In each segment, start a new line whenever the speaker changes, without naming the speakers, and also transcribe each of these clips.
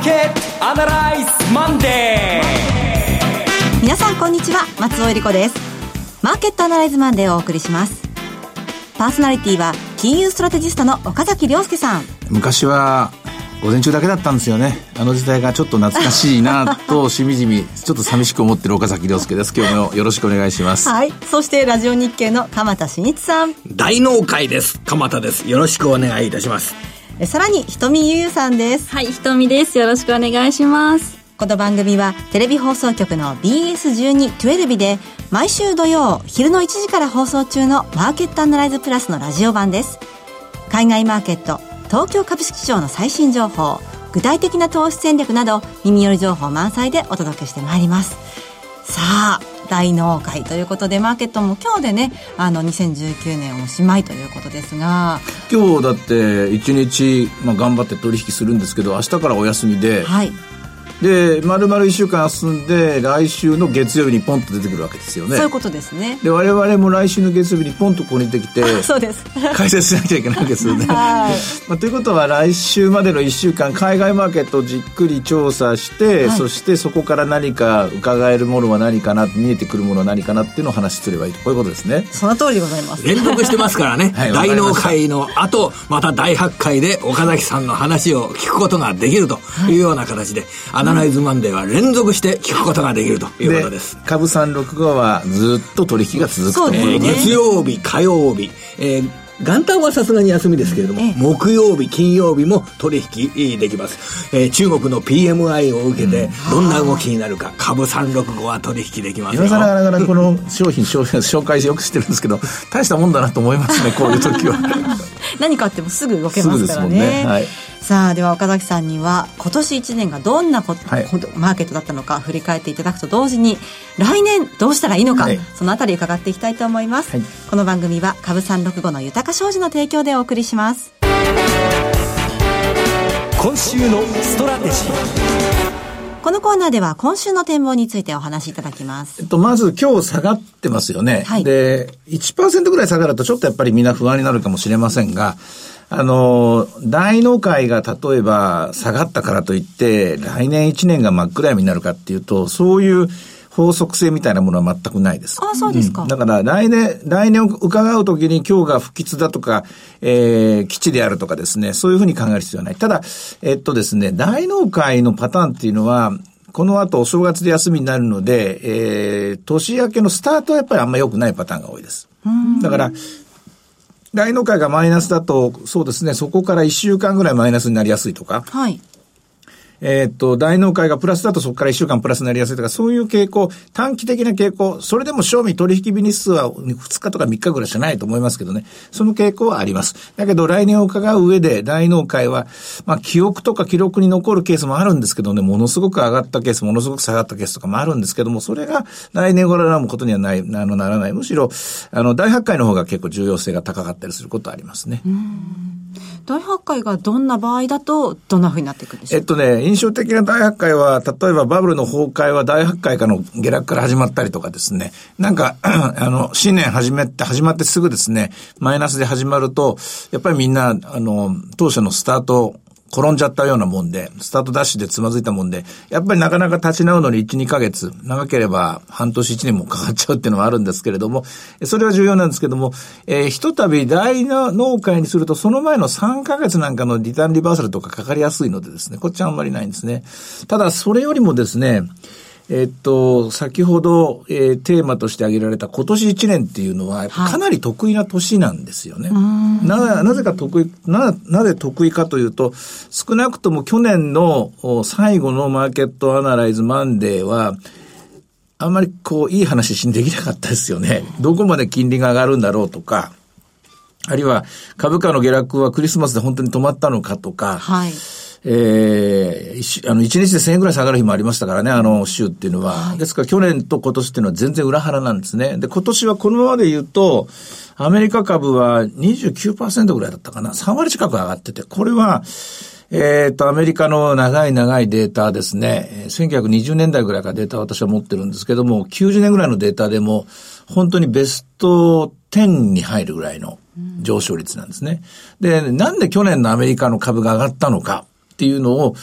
ーケットアナライズマンデー。
皆さんこんにちは、松尾恵理子です。マーケットアナライズマンデーをお送りします。パーソナリティは金融ストラテジストの岡崎亮介さん。
昔は午前中だけだったんですよね。あの時代がちょっと懐かしいなとしみじみちょっと寂しく思ってる岡崎亮介です。今日もよろしくお願いします。
はい。そしてラジオ日経の鎌田新一さん。
大納会です。鎌田です。よろしくお願いいたします。
さらに瞳ゆゆさんです。
はい、瞳です。よろしくお願いします。
この番組はテレビ放送局の BS12-12 で毎週土曜昼の1時から放送中のマーケットアナライズプラスのラジオ版です。海外マーケット、東京株式市場の最新情報、具体的な投資戦略など耳寄り情報満載でお届けしてまいります。さあ、大納会ということで、マーケットも今日でね、2019年おしまいということですが、
今日だって1日、頑張って取引するんですけど、明日からお休みで、
はい、
で丸々1週間休んで来週の月曜日にポンと出てくるわけですよね。
そういうことですね。
で我々も来週の月曜日にポンとここに出てきて
そうです
解説しなきゃいけないわけですよね。
はい、
ということは来週までの1週間海外マーケットをじっくり調査して、はい、そしてそこから何か伺えるものは何かな、見えてくるものは何かなっていうのを話すればいいと、こういうことですね。
その通りでございます。
連続してますからね、はい、大納会の後また第8回で岡崎さんの話を聞くことができるというような形で、はい、アナライズマンデーは連続して聞くことができるということです。
株365はずっと取引が続くと、
月曜日火曜日、元旦はさすがに休みですけれども、木曜日金曜日も取引できます。中国の PMI を受けてどんな動きになるか、株365は取引できますよ。
今更ながらこの商品紹介よくしてるんですけど、大したもんだなと思いますね、こういう時は。
何かあってもすぐ動けますからね。
すぐですもんね。はい。
さあ、では岡崎さんには今年1年がどんなマーケットだったのか振り返っていただくと同時に、来年どうしたらいいのか、はい、そのあたり伺っていきたいと思います。はい、この番組は株365の豊か商事の提供でお送りします。
今週のストラテジー。
このコーナーでは今週の展望についてお話しいただきます。
まず今日下がってますよね。はい、で 1% ぐらい下がるとちょっとやっぱりみんな不安になるかもしれませんが、大納会が例えば下がったからといって来年1年が真っ暗闇になるかっていうと、そういう法則性みたいなものは全くないです。
あ、そうですか。
だから来年を伺うときに今日が不吉だとか、基地であるとかですね、そういうふうに考える必要はない。ただ、ですね、大納会のパターンっていうのは、この後お正月で休みになるので、年明けのスタートはやっぱりあんま良くないパターンが多いです。だから、大納会がマイナスだと、そうですね、そこから1週間ぐらいマイナスになりやすいとか、
はい。
大納会がプラスだとそこから1週間プラスになりやすいとか、そういう傾向、短期的な傾向、それでも賞味取引日日数は2日とか3日ぐらいしかないと思いますけどね、その傾向はあります。だけど来年を伺う上で大納会は、記憶とか記録に残るケースもあるんですけどね、ものすごく上がったケース、ものすごく下がったケースとかもあるんですけども、それが来年を占うことにはならない。むしろ、大8回の方が結構重要性が高かったりすることはありますね。
大8回がどんな場合だとどんな風になっていくんでしょうか。
印象的な大8回は、例えばバブルの崩壊は大8回からの下落から始まったりとかですね、なんか新年始まってすぐですね、マイナスで始まると、やっぱりみんな当初のスタート転んじゃったようなもんで、スタートダッシュでつまずいたもんで、やっぱりなかなか立ち直るのに1、2ヶ月、長ければ半年1年もかかっちゃうっていうのはあるんですけれども、それは重要なんですけども、ひとたび大納会にすると、その前の3ヶ月なんかのリターンリバーサルとかかかりやすいのでですね、こっちはあんまりないんですね。ただ、それよりもですね、先ほど、テーマとして挙げられた今年1年っていうのは、かなり得意な年なんですよね。なぜ得意かというと、少なくとも去年の最後のマーケットアナライズマンデーは、あんまりいい話できなかったですよね。どこまで金利が上がるんだろうとか、あるいは株価の下落はクリスマスで本当に止まったのかとか、
はい。
1日で1000円ぐらい下がる日もありましたからね、週っていうのは。はい、ですから去年と今年っていうのは全然裏腹なんですね。で、今年はこのままで言うと、アメリカ株は 29% ぐらいだったかな。3割近く上がってて、これは、アメリカの長いデータですね。1920年代ぐらいからデータを私は持ってるんですけども、90年ぐらいのデータでも、本当にベスト10に入るぐらいの上昇率なんですね。で、なんで去年のアメリカの株が上がったのかっていうのを、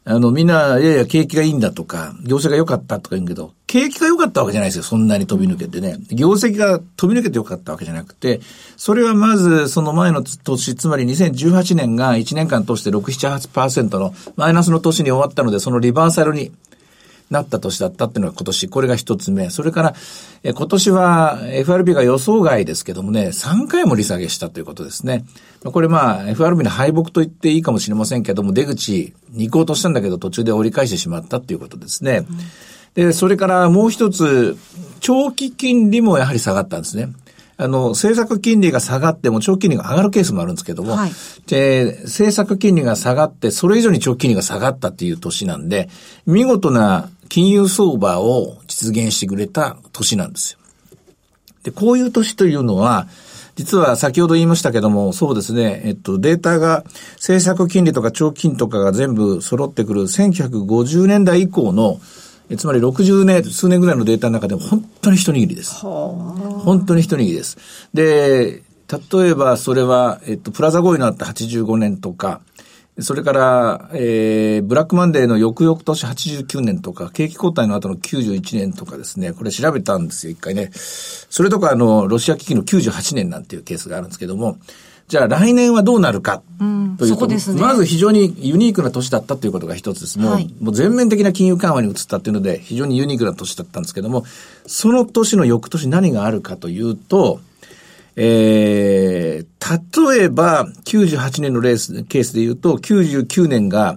みんな、いやいや、景気がいいんだとか、業績が良かったとか言うけど、景気が良かったわけじゃないですよ。そんなに飛び抜けてね。業績が飛び抜けて良かったわけじゃなくて、それはまず、その前の年、つまり2018年が1年間通して6、7、8% のマイナスの年に終わったので、そのリバーサルになった年だったっていうのが今年、これが一つ目。それから、今年は FRB が予想外ですけどもね、3回も利下げしたということですね。これFRB の敗北と言っていいかもしれませんけども、出口に行こうとしたんだけど途中で折り返してしまったということですね。で、それからもう一つ、長期金利もやはり下がったんですね。政策金利が下がっても長期金利が上がるケースもあるんですけども、はい、政策金利が下がって、それ以上に長期金利が下がったっていう年なんで、見事な金融相場を実現してくれた年なんですよ。で、こういう年というのは、実は先ほど言いましたけども、そうですね、データが政策金利とか長期金利とかが全部揃ってくる1950年代以降の、つまり60年、数年ぐらいのデータの中でも本当に一握りです。本当に一握りです。で、例えばそれは、プラザ合意のあった85年とか、それから、ブラックマンデーの翌々年89年とか、景気後退の後の91年とかですね、これ調べたんですよ、一回ね。それとかロシア危機の98年なんていうケースがあるんですけども、じゃあ来年はどうなるかというと、ね、まず非常にユニークな年だったということが一つです。もう全面的な金融緩和に移ったというので、非常にユニークな年だったんですけども、その年の翌年何があるかというと、例えば98年のケースで言うと、99年が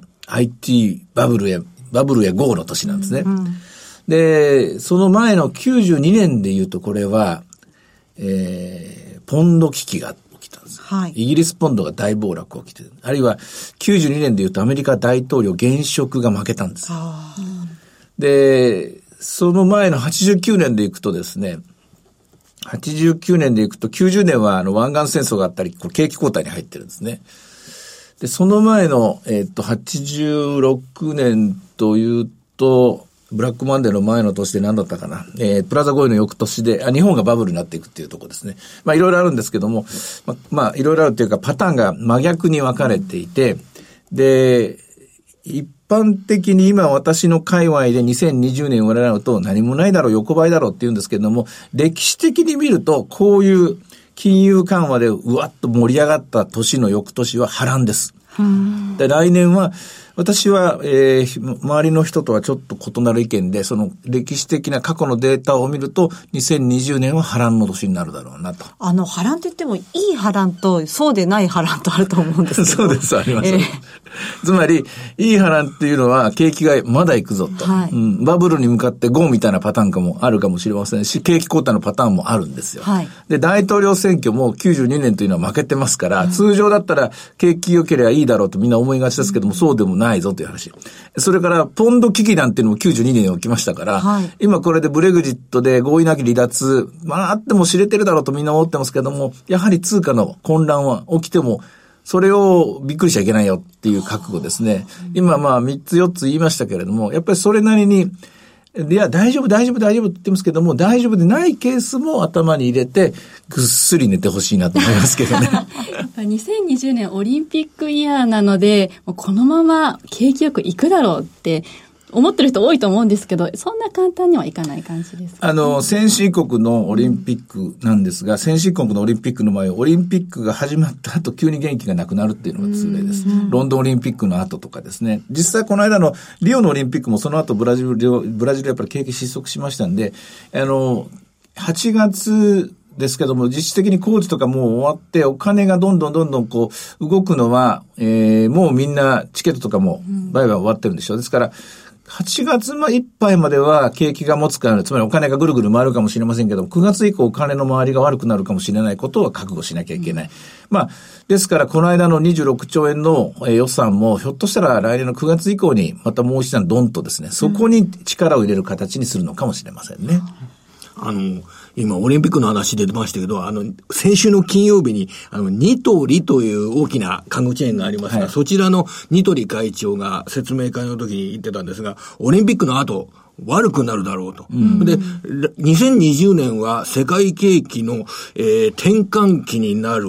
IT バブルやGOの年なんですね。で、その前の92年で言うと、これは、ポンド危機が起きたんです。はい、イギリスポンドが大暴落起きてる。あるいは92年で言うとアメリカ大統領現職が負けたんです。で、その前の89年で行くとですね、89年で行くと90年は湾岸戦争があったり、景気後退に入ってるんですね。で、その前の、86年というと、ブラックマンデーの前の年で何だったかな。プラザ合意の翌年で、日本がバブルになっていくっていうところですね。いろいろあるんですけども、いろいろあるっていうかパターンが真逆に分かれていて、で、一般的に今私の界隈で2020年を占うと何もないだろう、横ばいだろうって言うんですけれども、歴史的に見るとこういう金融緩和でうわっと盛り上がった年の翌年は波乱です。で、来年は私は、周りの人とはちょっと異なる意見で、その歴史的な過去のデータを見ると、2020年は波乱の年になるだろうなと。
波乱って言っても、いい波乱と、そうでない波乱とあると思うんですけど。
そうです、あります。つまり、いい波乱っていうのは、景気がまだ行くぞと。はい、バブルに向かってゴーみたいなパターンかもあるかもしれませんし、景気後退のパターンもあるんですよ。はい、で、大統領選挙も92年というのは負けてますから、通常だったら景気良ければいいだろうとみんな思いがちですけども、そうでもないぞという話。それから、ポンド危機なんていうのも92年に起きましたから、はい、今これでブレグジットで合意なき離脱、あっても知れてるだろうとみんな思ってますけども、やはり通貨の混乱は起きても、それをびっくりしちゃいけないよっていう覚悟ですね。今3つ4つ言いましたけれども、やっぱりそれなりに、いや、大丈夫って言ってますけども、大丈夫でないケースも頭に入れて、ぐっすり寝てほしいなと思いますけどね。
やっぱ2020年オリンピックイヤーなので、このまま景気よくいくだろうって思ってる人多いと思うんですけど、そんな簡単にはいかない感じですか、ね、
先進国のオリンピックなんですが、先進国のオリンピックの前、オリンピックが始まった後、急に元気がなくなるっていうのが通例です。ロンドンオリンピックの後とかですね。実際この間のリオのオリンピックもその後ブラジルやっぱり景気失速しましたんで、8月ですけども、実質的に工事とかもう終わって、お金がどんどんこう動くのは、もうみんなチケットとかも売買終わってるんでしょう。ですから、8月いっぱいまでは景気が持つから、つまりお金がぐるぐる回るかもしれませんけども、9月以降お金の回りが悪くなるかもしれないことは覚悟しなきゃいけない。ですからこの間の26兆円の予算も、ひょっとしたら来年の9月以降にまたもう一段ドンとですね、そこに力を入れる形にするのかもしれませんね。
今、オリンピックの話出てましたけど、先週の金曜日に、ニトリという大きな家具チェーンがありますが、はい、そちらのニトリ会長が説明会の時に言ってたんですが、オリンピックの後、悪くなるだろうと。で、2020年は世界景気の、転換期になる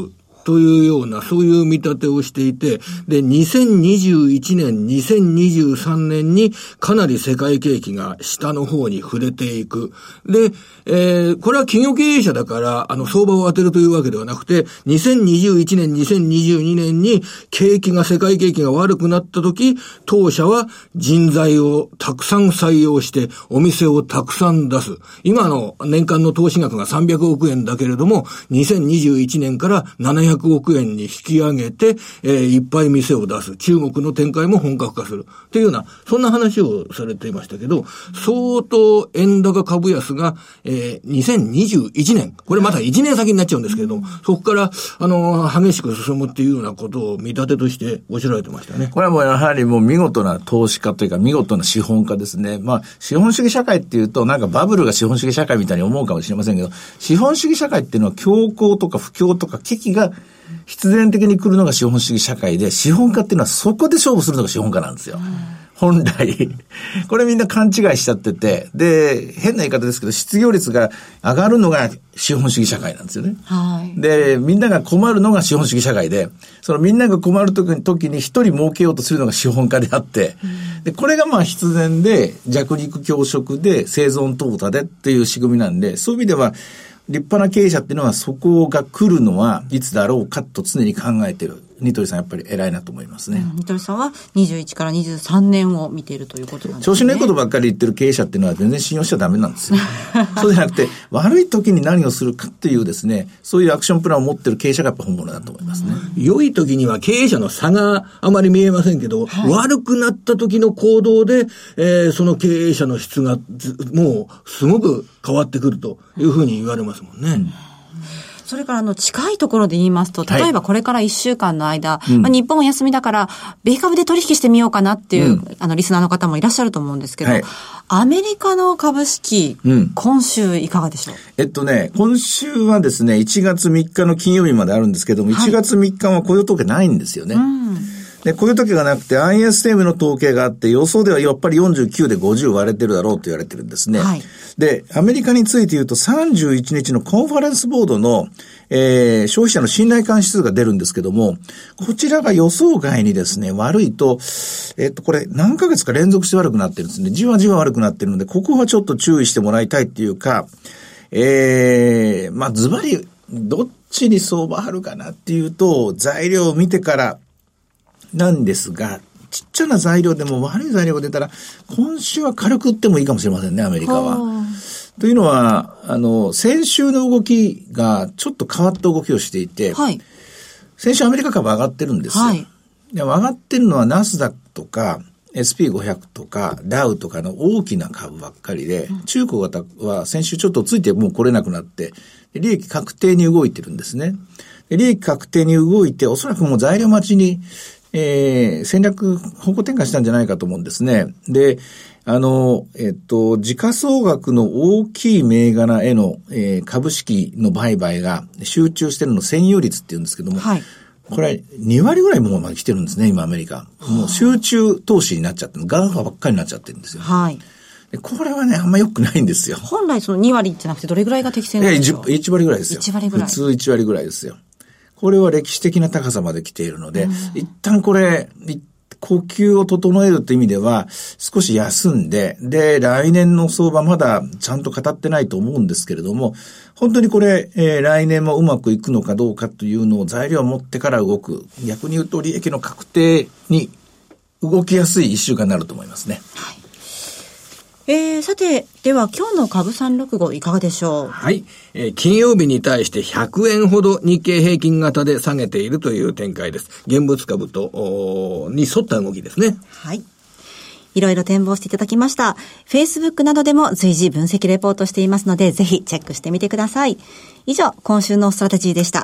というような、そういう見立てをしていて、で、2021年、2023年にかなり世界景気が下の方に触れていく。で、これは企業経営者だから、相場を当てるというわけではなくて、2021年、2022年に世界景気が悪くなった時、当社は人材をたくさん採用して、お店をたくさん出す。今の年間の投資額が300億円だけれども、2021年から700億円に引き上げて、いっぱい店を出す。中国の展開も本格化する。っていうような、そんな話をされていましたけど、相当円高株安が、2021年、これまた1年先になっちゃうんですけれども、そこから、激しく進むっていうようなことを見立てとしておっしゃられてましたね。
これはもうやはりもう見事な投資家というか見事な資本家ですね。まあ、資本主義社会っていうとなんかバブルが資本主義社会みたいに思うかもしれませんけど、資本主義社会っていうのは恐慌とか不況とか危機が必然的に来るのが資本主義社会で、資本家っていうのはそこで勝負するのが資本家なんですよ。本来。これみんな勘違いしちゃってて、で、変な言い方ですけど、失業率が上がるのが資本主義社会なんですよね。
はい。
で、みんなが困るのが資本主義社会で、そのみんなが困る時に一人儲けようとするのが資本家であって、で、これがまあ必然で弱肉強食で生存淘汰でっていう仕組みなんで、そういう意味では、立派な経営者っていうのはそこが来るのはいつだろうかと常に考えている。ニトリさんやっぱり偉いなと思いますね。
ニトリさんは21から23年を見ているということなんですね。
調子のいいことばっかり言ってる経営者っていうのは全然信用しちゃダメなんですよ。そうじゃなくて悪い時に何をするかっていうですね、そういうアクションプランを持ってる経営者がやっぱ本物だと思いますね。
良い時には経営者の差があまり見えませんけど、はい、悪くなった時の行動で、その経営者の質がもうすごく変わってくるというふうに言われますもんね。
それから近いところで言いますと、例えばこれから1週間の間、
はい
日本お休みだから、米株で取引してみようかなっていう、リスナーの方もいらっしゃると思うんですけど、はい、アメリカの株式、今週いかがでしょう？
今週はですね、1月3日の金曜日まであるんですけども、1月3日は雇用統計ないんですよね。で、こういう時がなくて ISM の統計があって、予想ではやっぱり49で50割れてるだろうと言われてるんですね。はい、で、アメリカについて言うと31日のコンファレンスボードの、消費者の信頼感指数が出るんですけども、こちらが予想外にですね、悪いと、これ何ヶ月か連続して悪くなってるんですね。じわじわ悪くなってるので、ここはちょっと注意してもらいたいっていうか、まあ、ズバリ、どっちに相場あるかなっていうと、材料を見てから、なんですが、ちっちゃな材料でも悪い材料が出たら、今週は軽く売ってもいいかもしれませんね、アメリカは。というのは、先週の動きがちょっと変わった動きをしていて、はい、先週アメリカ株上がってるんですよ。はい、でも上がってるのはナスダックとか SP500 とかダウとかの大きな株ばっかりで、中古型は先週ちょっとついてもう来れなくなって、利益確定に動いてるんですね。で利益確定に動いて、おそらくもう材料待ちに戦略方向転換したんじゃないかと思うんですね。で、時価総額の大きい銘柄への、株式の売買が集中してるの占有率って言うんですけども、はい、これ2割ぐらいもうまで来てるんですね、今アメリカ。もう集中投資になっちゃってる、ガーファばっかりになっちゃってるんですよ。はい。でこれはね、あんま良くないんですよ。
本来その2割じゃなくてどれぐらいが適正なんですか
？1割ぐらいですよ。
1割ぐらい。
普通1割ぐらいですよ。これは歴史的な高さまで来ているので、一旦これ、呼吸を整えるという意味では、少し休んで、で、来年の相場まだちゃんと語ってないと思うんですけれども、本当にこれ、来年もうまくいくのかどうかというのを材料を持ってから動く。逆に言うと利益の確定に動きやすい一週間になると思いますね。はい。
さて、では今日の株365いかがでしょう？
はい。金曜日に対して100円ほど日経平均型で下げているという展開です。現物株と、に沿った動きですね。
はい。いろいろ展望していただきました。Facebook などでも随時分析レポートしていますので、ぜひチェックしてみてください。以上、今週のストラテジーでした。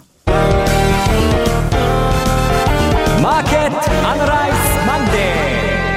マーケットアナライズマンデー。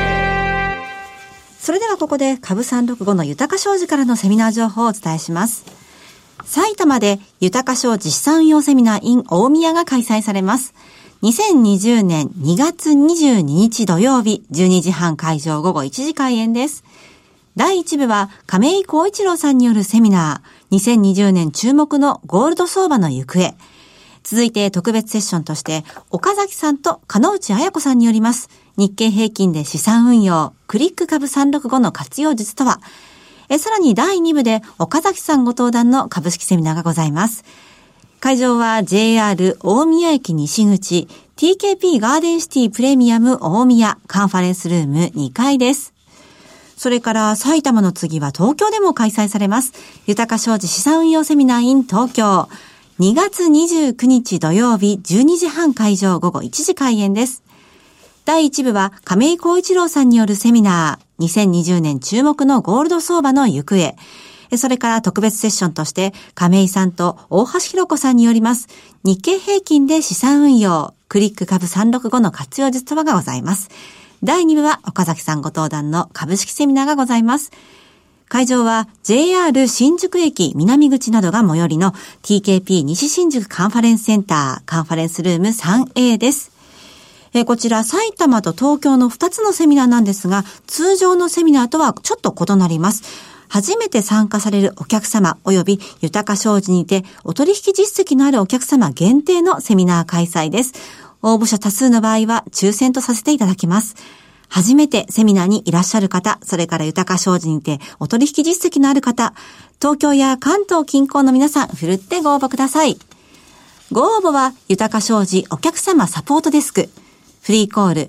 それではここで株365の豊か商事からのセミナー情報をお伝えします。埼玉で豊か商事資産運用セミナー in 大宮が開催されます。2020年2月22日土曜日12時半会場午後1時開演です。第1部は亀井光一郎さんによるセミナー2020年注目のゴールド相場の行方。 続いて特別セッションとして、岡崎さんと金内彩子さんによります。日経平均で資産運用、クリック株365の活用術とは。さらに第2部で岡崎さんご登壇の株式セミナーがございます。会場は JR 大宮駅西口 TKP ガーデンシティプレミアム大宮カンファレンスルーム2階です。それから埼玉の次は東京でも開催されます。豊か商事資産運用セミナー in 東京。2月29日土曜日12時半会場午後1時開演です。第1部は亀井光一郎さんによるセミナー、2020年注目のゴールド相場の行方。それから特別セッションとして亀井さんと大橋弘子さんによります日経平均で資産運用、クリック株365の活用術とはがございます。第2部は岡崎さんご登壇の株式セミナーがございます。会場は JR 新宿駅南口などが最寄りの TKP 西新宿カンファレンスセンターカンファレンスルーム 3A です。こちら埼玉と東京の2つのセミナーなんですが、通常のセミナーとはちょっと異なります。初めて参加されるお客様及び豊か商事にてお取引実績のあるお客様限定のセミナー開催です。応募者多数の場合は抽選とさせていただきます。初めてセミナーにいらっしゃる方、それから豊か商事にてお取引実績のある方、東京や関東近郊の皆さん、ふるってご応募ください。ご応募は豊か商事お客様サポートデスク。フリーコール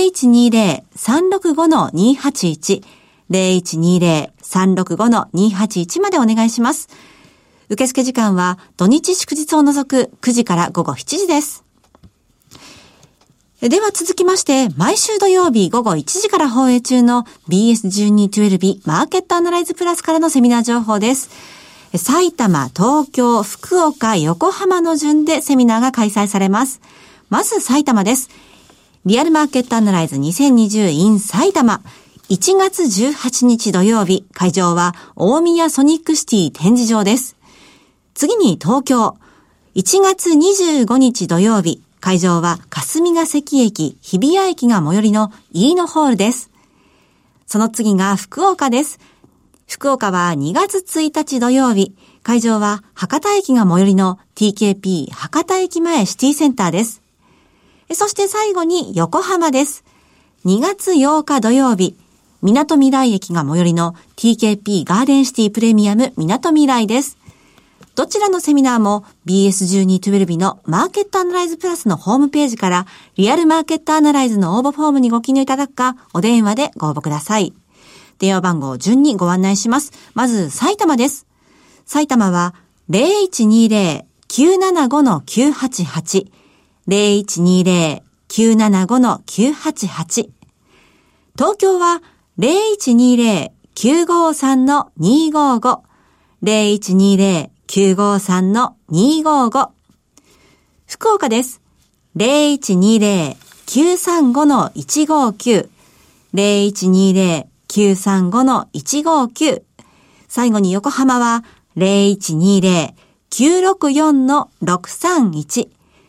0120-365-281 0120-365-281 までお願いします。受付時間は土日祝日を除く9時から午後7時です。では続きまして、毎週土曜日午後1時から放映中の BS1212 マーケットアナライズプラスからのセミナー情報です。埼玉、東京、福岡、横浜の順でセミナーが開催されます。まず埼玉です。リアルマーケットアナライズ2020 in 埼玉。1月18日土曜日、会場は大宮ソニックシティ展示場です。次に東京。1月25日土曜日、会場は霞ヶ関駅、日比谷駅が最寄りの飯野ホールです。その次が福岡です。福岡は2月1日土曜日、会場は博多駅が最寄りの TKP 博多駅前シティセンターです。そして最後に横浜です。2月8日土曜日、みなとみらい駅が最寄りの TKP ガーデンシティプレミアムみなとみらいです。どちらのセミナーも BS1212 のマーケットアナライズプラスのホームページからリアルマーケットアナライズの応募フォームにご記入いただくかお電話でご応募ください。電話番号を順にご案内します。まず埼玉です。埼玉は 0120-975-988 0120-975-988 東京は 0120-953-255 0120-953-255 福岡です。0120-935-159 0120-935-159 最後に横浜は 0120-964-631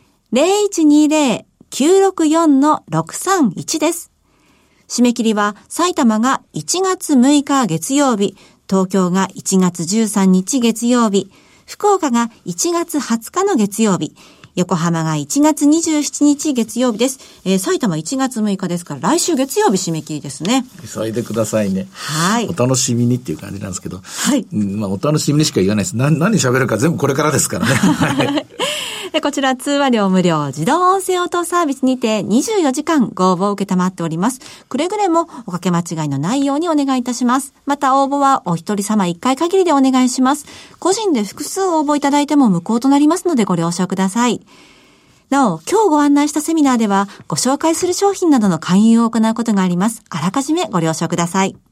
0120-964-631 です。締め切りは埼玉が1月6日月曜日、東京が1月13日月曜日、福岡が1月20日の月曜日、横浜が1月27日月曜日です。埼玉1月6日ですから来週月曜日締め切りですね。
急いでくださいね。
はい。
お楽しみにっていう感じなんですけど。
はい。
まあお楽しみにしか言わないです。何喋るか全部これからですからね。はい。
こちら通話料無料自動音声応答サービスにて24時間ご応募を受けたまっております。くれぐれもおかけ間違いのないようにお願いいたします。また応募はお一人様1回限りでお願いします。個人で複数応募いただいても無効となりますのでご了承ください。なお、今日ご案内したセミナーではご紹介する商品などの勧誘を行うことがあります。あらかじめご了承ください。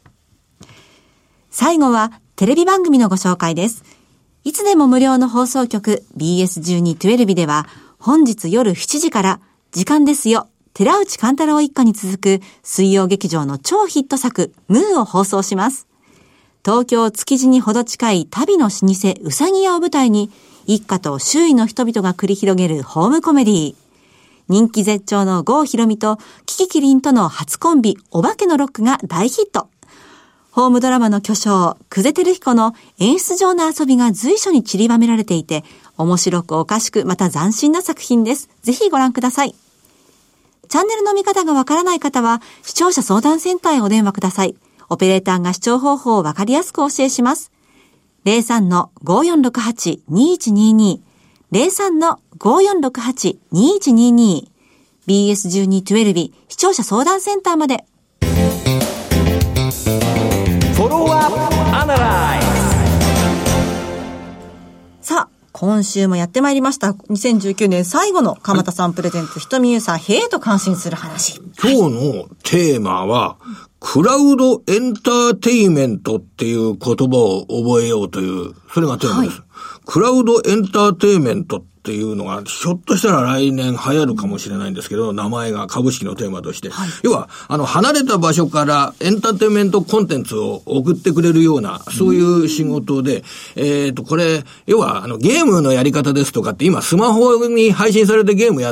最後はテレビ番組のご紹介です。いつでも無料の放送局 BS1212 では本日夜7時から時間ですよ寺内貫太郎一家に続く水曜劇場の超ヒット作ムーを放送します。東京築地にほど近い旅の老舗うさぎ屋を舞台に一家と周囲の人々が繰り広げるホームコメディ。人気絶頂の郷ひろみとキキキリンとの初コンビお化けのロックが大ヒット。ホームドラマの巨匠、久世照彦の演出上の遊びが随所に散りばめられていて、 面白くおかしく、また斬新な作品です。ぜひご覧ください。チャンネルの見方がわからない方は、視聴者相談センターへお電話ください。オペレーターが視聴方法をわかりやすくお教えします。03-5468-2122 03-5468-2122 BS12-12 視聴者相談センターまで。
フォローアップアナライズ。
さあ、今週もやってまいりました。2019年最後の鎌田さんプレゼンツ、ひとみゆさん、へえと感心する話。
今日のテーマは、クラウドエンターテイメントっていう言葉を覚えようという、それがテーマです。クラウドエンターテイメントっていうのが、ひょっとしたら来年流行るかもしれないんですけど、名前が株式のテーマとして。要は、離れた場所からエンターテイメントコンテンツを送ってくれるような、そういう仕事で、これ、要は、ゲームのやり方ですとかって、今、スマホに配信されてゲームやって、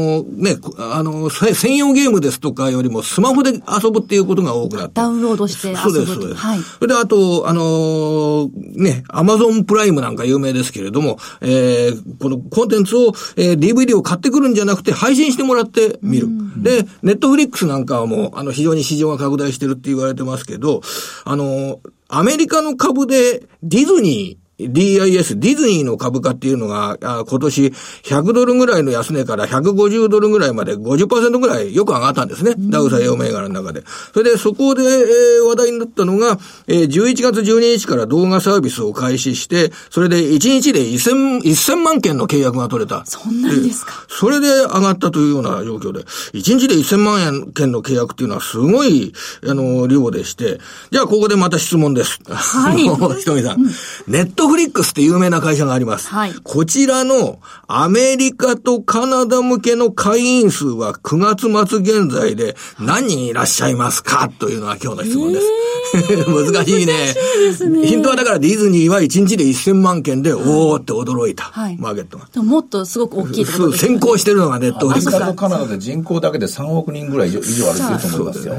専用ゲームですとかよりも、スマホで遊ぶっていうことが多くなって。
ダウンロードして遊ぶ。
そうです、そうです。はい。それで、あと、アマゾンプライムなんか有名ですけれども、このコンテンツを、DVD を買ってくるんじゃなくて配信してもらって見る。で、ネットフリックスなんかはもう、非常に市場が拡大してるって言われてますけど、アメリカの株でディズニー、DIS、ディズニーの株価っていうのが、今年100ドルぐらいの安値から150ドルぐらいまで 50% ぐらいよく上がったんですね。ダウ採用銘柄の中で。それでそこで、話題になったのが、11月12日から動画サービスを開始して、それで1日で1000万件の契約が取れた。
そんなんですか。
それで上がったというような状況で、1日で1000万件の契約っていうのはすごい、量でして、じゃあここでまた質問です。
はい。
ひとみさん。ネットフリックスって有名な会社があります。
はい。
こちらのアメリカとカナダ向けの会員数は9月末現在で何人いらっしゃいますかというのが今日の質問です。難しいね。
難しいですね。
ヒントはだからディズニーは1日で1000万件で、おーって驚いた。はい。マーケットが。
でももっとすごく大きいってことですね。
先行してるのがネットフリックス。
アメリカとカナダで人口だけで3億人ぐらい以上あると思いますよ。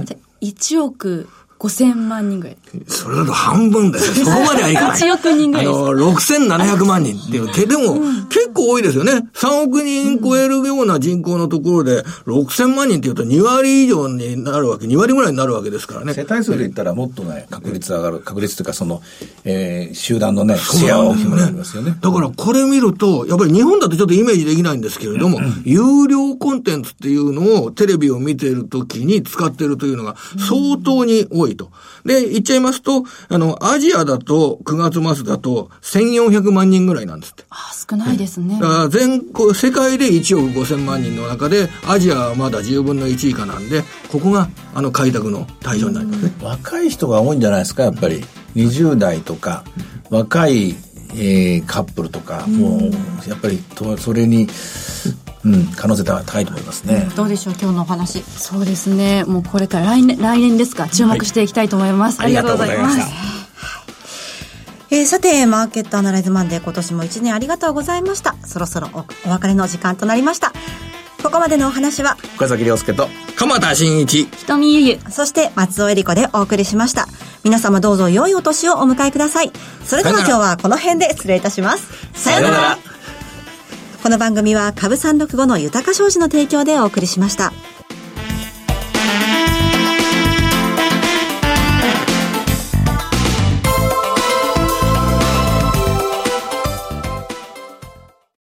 1億5000万人ぐらい。
それだと半分ですよ。そこまではいかない。
1億人ぐらいです。
6700万人っていう。でも、結構多いですよね。3億人超えるような人口のところで、6000万人っていうと2割以上になるわけ、2割ぐらいになるわけですからね。
世帯数で言ったらもっとね、確率上がる。確率というか集団のね、シェアは大きくなりますよね。
だからこれ見ると、やっぱり日本だとちょっとイメージできないんですけれども、有料コンテンツっていうのをテレビを見ているときに使っているというのが相当に多い。で、言っちゃいますと、アジアだと9月末だと1400万人ぐらいなんですって。
少ないですね。
だから世界で1億5000万人の中で、アジアはまだ10分の1以下なんで、ここが開拓の対象になりますね。
若い人が多いんじゃないですか、やっぱり。20代とか、若い、カップルとか、もう、やっぱり、それに、可能性高いと思いますね。
どうでしょう、今日のお話。
そうですね。もうこれから来年ですか、注目していきたいと思います。
ありがとうございます。
さて、マーケットアナライズマンデー、今年も1年ありがとうございました。そろそろお別れの時間となりました。ここまでのお話は
岡崎亮介と
鎌田新一、
ひとみゆゆ、
そして松尾恵理子でお送りしました。皆様どうぞ良いお年をお迎えください。それでは今日はこの辺で失礼いたします。
さよなら。
この番組は株365の豊か商事の提供でお送りしました。